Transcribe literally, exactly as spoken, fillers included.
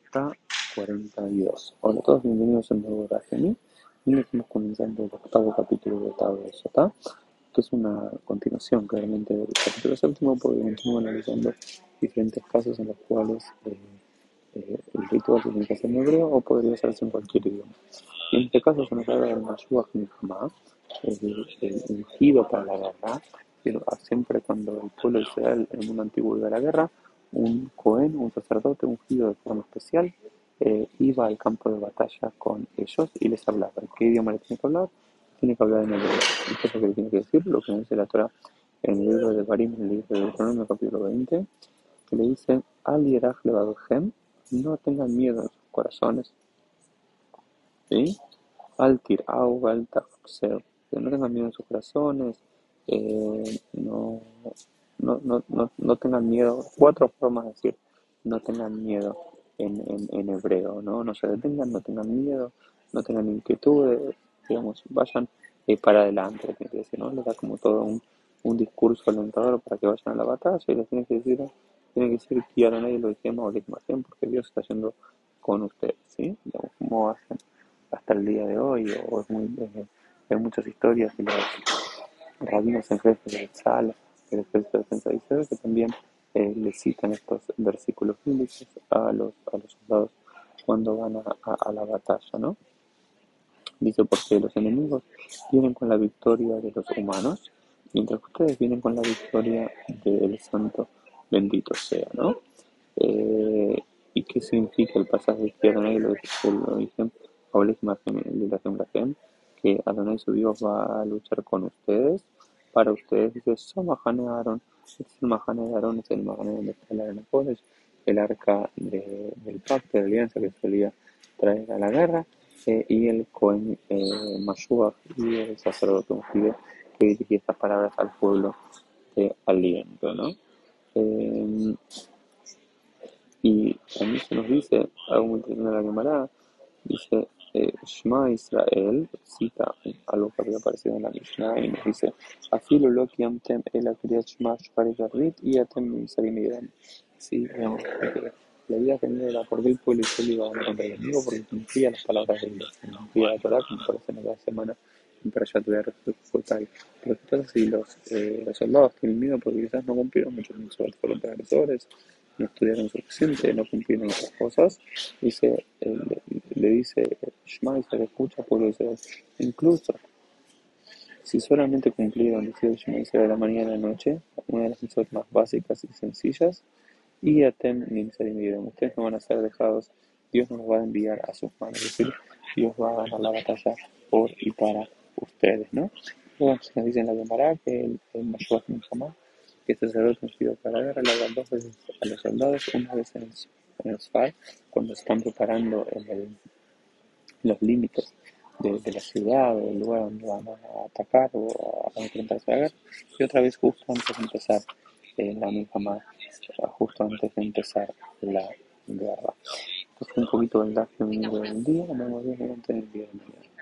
Shá cuarenta y dos. Hola a todos, bienvenidos a un nuevo Rajeni. Hoy estamos comenzando el octavo capítulo de Tao de Sotá, que es una continuación claramente del capítulo séptimo, porque continúa analizando diferentes casos en los cuales eh, eh, el ritual se tiene que hacer en hebreo o podría hacerse en cualquier idioma. Y en este caso se nos habla del Mashuach Milhamá, el, el ungido para la guerra, pero siempre cuando el pueblo de Israel en el mundo antiguo iba a la guerra, un Cohen, un sacerdote ungido de forma especial, eh, iba al campo de batalla con ellos y les hablaba. ¿Qué idioma le tiene que hablar? Tiene que hablar en hebreo. ¿Y qué es lo que le tiene que decir? Lo que dice la Torah en el libro de Barim, en el libro de Deuteronomio, capítulo veinte, que le dice: Al Yerach Levavchem, no tengan miedo en sus corazones, ¿sí? Al Tirau, al Tafseo, que no tengan miedo en sus corazones, eh, no, no, no, no, no tengan miedo. Cuatro formas de decir no tengan miedo en, en, en hebreo, ¿no? No se detengan, no tengan miedo, no tengan inquietudes, digamos, vayan eh, para adelante, tiene que decir, ¿no? Les da como todo un, un discurso alentador para que vayan a la batalla y les tiene que decir, tiene que decir que a nadie lo dijimos o le porque Dios está yendo con ustedes, ¿sí? Digamos, ¿cómo hacen hasta el día de hoy? O es muy, eh, hay muchas historias y los rabinos en jefe de Tzal, el ejército de defensa de Israel, que también eh, le citan estos versículos bíblicos a los, a los soldados cuando van a, a, a la batalla, ¿no? Dice: porque los enemigos vienen con la victoria de los humanos, mientras que ustedes vienen con la victoria del santo, bendito sea, ¿no? Eh, ¿Y qué significa el pasaje que Adonai lo dice? Que Adonai su Dios va a luchar con ustedes, para ustedes. Dice: Somahane Aarón. Este es el Mahane de Aarón, es el Mahane donde está el Arona Kodesh, el arca de, del pacto de alianza que solía traer a la guerra, eh, y el Cohen eh, Mashuach y el sacerdote ungido que dirigía estas palabras al pueblo de aliento, ¿no? Eh, y también se nos dice, algo muy interesante de la Gemara, dice eh, Shema Israel, cita algo que había aparecido en la Mishnah y nos dice: Afilu lo kiamtem el kriyat Shema shofar yarvit y atem misarim yedam. Sí, digamos, porque la idea general era por qué el pueblo Israel iba a ganar contra el enemigo, porque cumplía las palabras de Dios, cumplía la Torah, como aparece en la semana en Parashat Be'er. Pero ¿qué pasa si los, eh, los soldados tienen miedo porque quizás no cumplieron muchos mitzvot, fueron transgresores, no estudiaron suficiente, no cumplieron otras cosas? Dice, eh, le, le dice Shema Israel, escucha pueblo de Israel, incluso si solamente cumplieron, dice Shema Israel, de la mañana a la noche, una de las mitzvot más básicas y sencillas, y atem nimsarim yedam, ustedes no van a ser dejados, Dios no los va a enviar a sus manos, es decir, Dios va a ganar la batalla por y para ustedes, ¿no? Luego se nos dice en la Gemara que el, el Mashuach Milhamá, que este sacerdote ungido para la guerra, le habla dos veces a los soldados, una vez en el, en el Sfar, cuando se están preparando en el, los límites de, de la ciudad o del lugar donde van a atacar o a, a enfrentarse a la guerra, y otra vez justo antes de empezar eh, la Milhamá, justo antes de empezar la guerra. Esto fue un poquito el dato del día, nos vemos bien en el día de mañana.